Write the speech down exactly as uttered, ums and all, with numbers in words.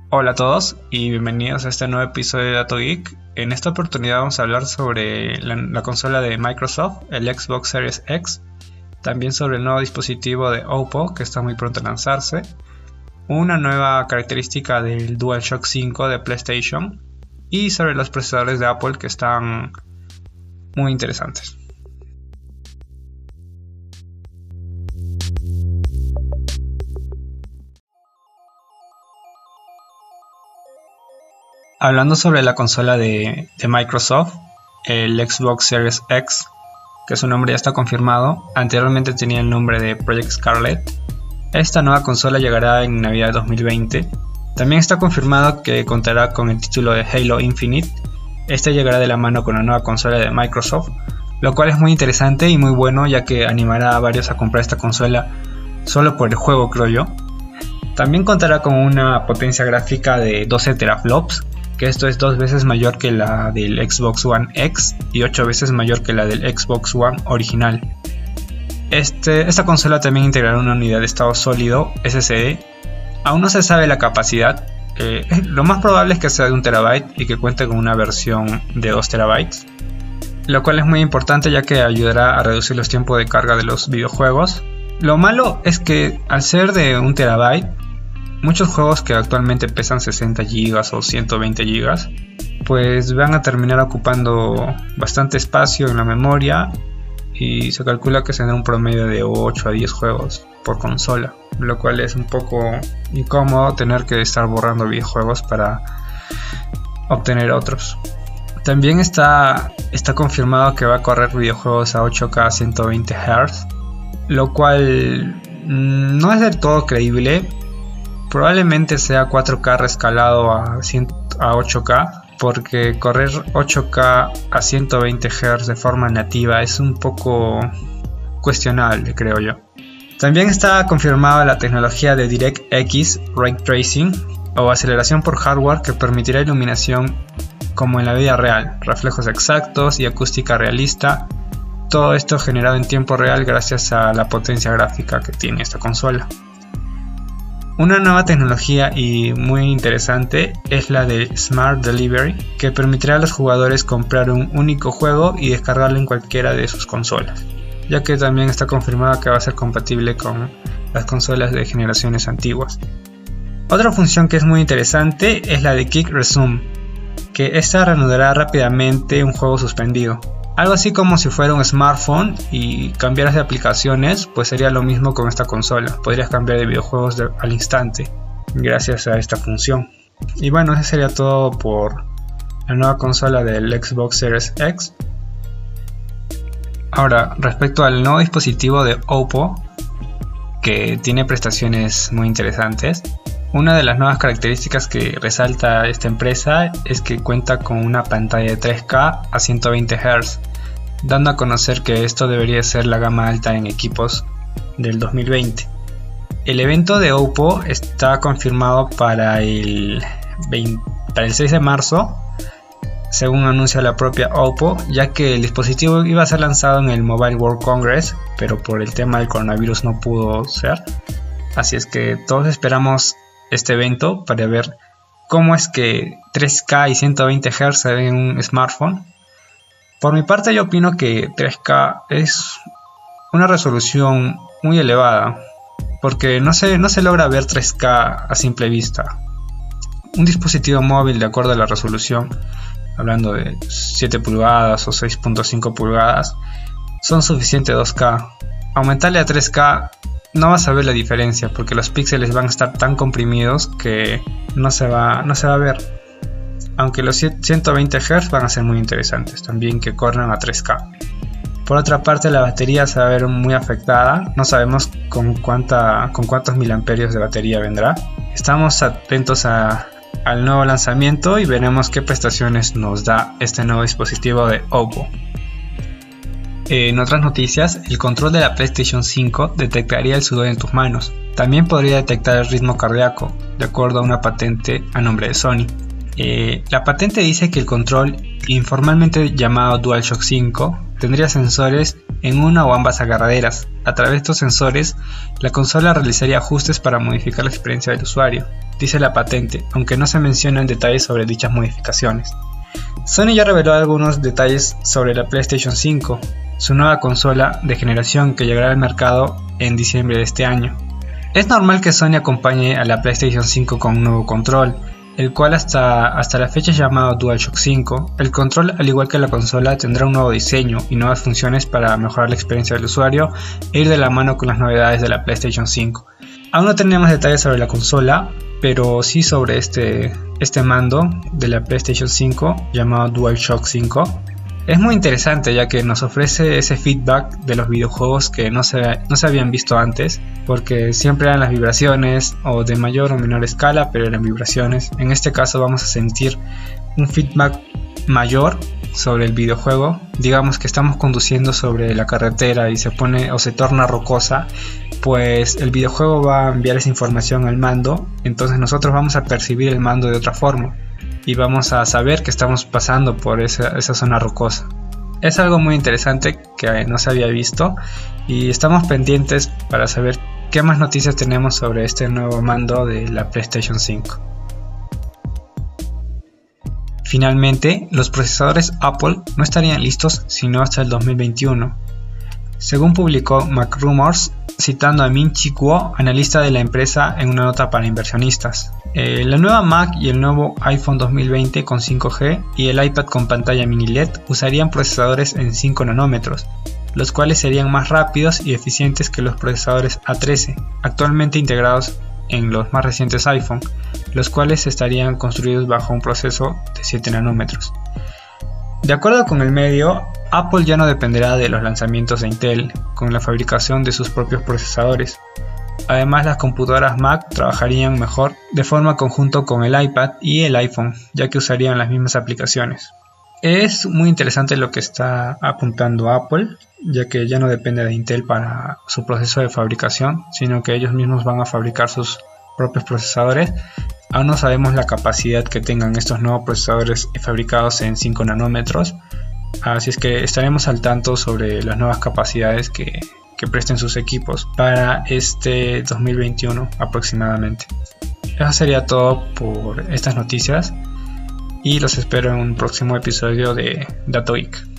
Hola a todos y bienvenidos a este nuevo episodio de Dato Geek. En esta oportunidad vamos a hablar sobre la, la consola de Microsoft, el Xbox Series X, también sobre el nuevo dispositivo de Oppo que está muy pronto a lanzarse, una nueva característica del DualShock cinco de PlayStation y sobre los procesadores de Apple que están muy interesantes. Hablando sobre la consola de, de Microsoft, el Xbox Series X, que su nombre ya está confirmado, anteriormente tenía el nombre de Project Scarlett. Esta nueva consola llegará en Navidad de dos mil veinte. También está confirmado que contará con el título de Halo Infinite. Este llegará de la mano con la nueva consola de Microsoft, lo cual es muy interesante y muy bueno, ya que animará a varios a comprar esta consola solo por el juego, creo yo. También contará con una potencia gráfica de doce teraflops, que esto es dos veces mayor que la del Xbox One X y ocho veces mayor que la del Xbox One original. Este, esta consola también integrará una unidad de estado sólido S S D. Aún no se sabe la capacidad, eh, lo más probable es que sea de un terabyte y que cuente con una versión de dos terabytes, lo cual es muy importante ya que ayudará a reducir los tiempos de carga de los videojuegos. Lo malo es que al ser de un terabyte, muchos juegos que actualmente pesan sesenta gigas o ciento veinte gigas pues van a terminar ocupando bastante espacio en la memoria y se calcula que será un promedio de ocho a diez juegos por consola, lo cual es un poco incómodo tener que estar borrando videojuegos para obtener otros. También está, está confirmado que va a correr videojuegos a ocho K a ciento veinte hertz, lo cual mmm, no es del todo creíble. Probablemente sea cuatro K rescalado a, a ocho K, porque correr ocho K a ciento veinte hertz de forma nativa es un poco cuestionable, creo yo. También está confirmada la tecnología de DirectX Ray Tracing o aceleración por hardware que permitirá iluminación como en la vida real, reflejos exactos y acústica realista. Todo esto generado en tiempo real gracias a la potencia gráfica que tiene esta consola. Una nueva tecnología y muy interesante es la de Smart Delivery, que permitirá a los jugadores comprar un único juego y descargarlo en cualquiera de sus consolas, ya que también está confirmado que va a ser compatible con las consolas de generaciones antiguas. Otra función que es muy interesante es la de Quick Resume, que esta reanudará rápidamente un juego suspendido. Algo así como si fuera un smartphone y cambiaras de aplicaciones, pues sería lo mismo con esta consola. Podrías cambiar de videojuegos de, al instante gracias a esta función. Y bueno, eso sería todo por la nueva consola del Xbox Series X. Ahora, respecto al nuevo dispositivo de Oppo, que tiene prestaciones muy interesantes. Una de las nuevas características que resalta esta empresa es que cuenta con una pantalla de tres K a ciento veinte hertz, dando a conocer que esto debería ser la gama alta en equipos del dos mil veinte. El evento de Oppo está confirmado para el, veinte, para el seis de marzo, según anuncia la propia Oppo, ya que el dispositivo iba a ser lanzado en el Mobile World Congress, pero por el tema del coronavirus no pudo ser. Así es que todos esperamos este evento para ver cómo es que tres K y ciento veinte hertz se ven en un smartphone. Por mi parte, yo opino que tres K es una resolución muy elevada, porque no se, no se logra ver tres K a simple vista. Un dispositivo móvil, de acuerdo a la resolución, hablando de siete pulgadas o seis punto cinco pulgadas, son suficiente dos K. Aumentarle a tres K no vas a ver la diferencia, porque los píxeles van a estar tan comprimidos que no se va, no se va a ver. Aunque los ciento veinte hertz van a ser muy interesantes también, que corran a tres K. Por otra parte, la batería se va a ver muy afectada. No sabemos con, cuánta, con cuántos miliamperios de batería vendrá. Estamos atentos a, al nuevo lanzamiento y veremos qué prestaciones nos da este nuevo dispositivo de Oppo. En otras noticias, el control de la PlayStation cinco detectaría el sudor en tus manos. También podría detectar el ritmo cardíaco, de acuerdo a una patente a nombre de Sony. Eh, la patente dice que el control, informalmente llamado DualShock cinco, tendría sensores en una o ambas agarraderas. A través de estos sensores, la consola realizaría ajustes para modificar la experiencia del usuario, dice la patente, aunque no se mencionan detalles sobre dichas modificaciones. Sony ya reveló algunos detalles sobre la PlayStation cinco, su nueva consola de generación que llegará al mercado en diciembre de este año. Es normal que Sony acompañe a la PlayStation cinco con un nuevo control, el cual hasta, hasta la fecha es llamado DualShock cinco. El control, al igual que la consola, tendrá un nuevo diseño y nuevas funciones para mejorar la experiencia del usuario e ir de la mano con las novedades de la PlayStation cinco. Aún no tenemos detalles sobre la consola, pero sí sobre este, este mando de la PlayStation cinco llamado DualShock cinco. Es muy interesante ya que nos ofrece ese feedback de los videojuegos que no se, no se habían visto antes, porque siempre eran las vibraciones o de mayor o menor escala, pero eran vibraciones. En este caso vamos a sentir un feedback mayor sobre el videojuego. Digamos que estamos conduciendo sobre la carretera y se pone o se torna rocosa, pues el videojuego va a enviar esa información al mando, entonces nosotros vamos a percibir el mando de otra forma y vamos a saber que estamos pasando por esa, esa zona rocosa. Es algo muy interesante que no se había visto y estamos pendientes para saber qué más noticias tenemos sobre este nuevo mando de la PlayStation cinco. Finalmente, los procesadores Apple no estarían listos sino hasta el dos mil veintiuno. Según publicó MacRumors, citando a Min-Chi Kuo, analista de la empresa, en una nota para inversionistas. Eh, la nueva Mac y el nuevo iPhone dos mil veinte con cinco G y el iPad con pantalla mini L E D usarían procesadores en cinco nanómetros, los cuales serían más rápidos y eficientes que los procesadores A trece, actualmente integrados en los más recientes iPhone, los cuales estarían construidos bajo un proceso de siete nanómetros. De acuerdo con el medio, Apple ya no dependerá de los lanzamientos de Intel con la fabricación de sus propios procesadores. Además, las computadoras Mac trabajarían mejor de forma conjunta con el iPad y el iPhone, ya que usarían las mismas aplicaciones. Es muy interesante lo que está apuntando Apple, ya que ya no depende de Intel para su proceso de fabricación, sino que ellos mismos van a fabricar sus propios procesadores. Aún no sabemos la capacidad que tengan estos nuevos procesadores fabricados en cinco nanómetros, así es que estaremos al tanto sobre las nuevas capacidades que, que presten sus equipos para este dos mil veintiuno aproximadamente. Eso sería todo por estas noticias y los espero en un próximo episodio de Datoic.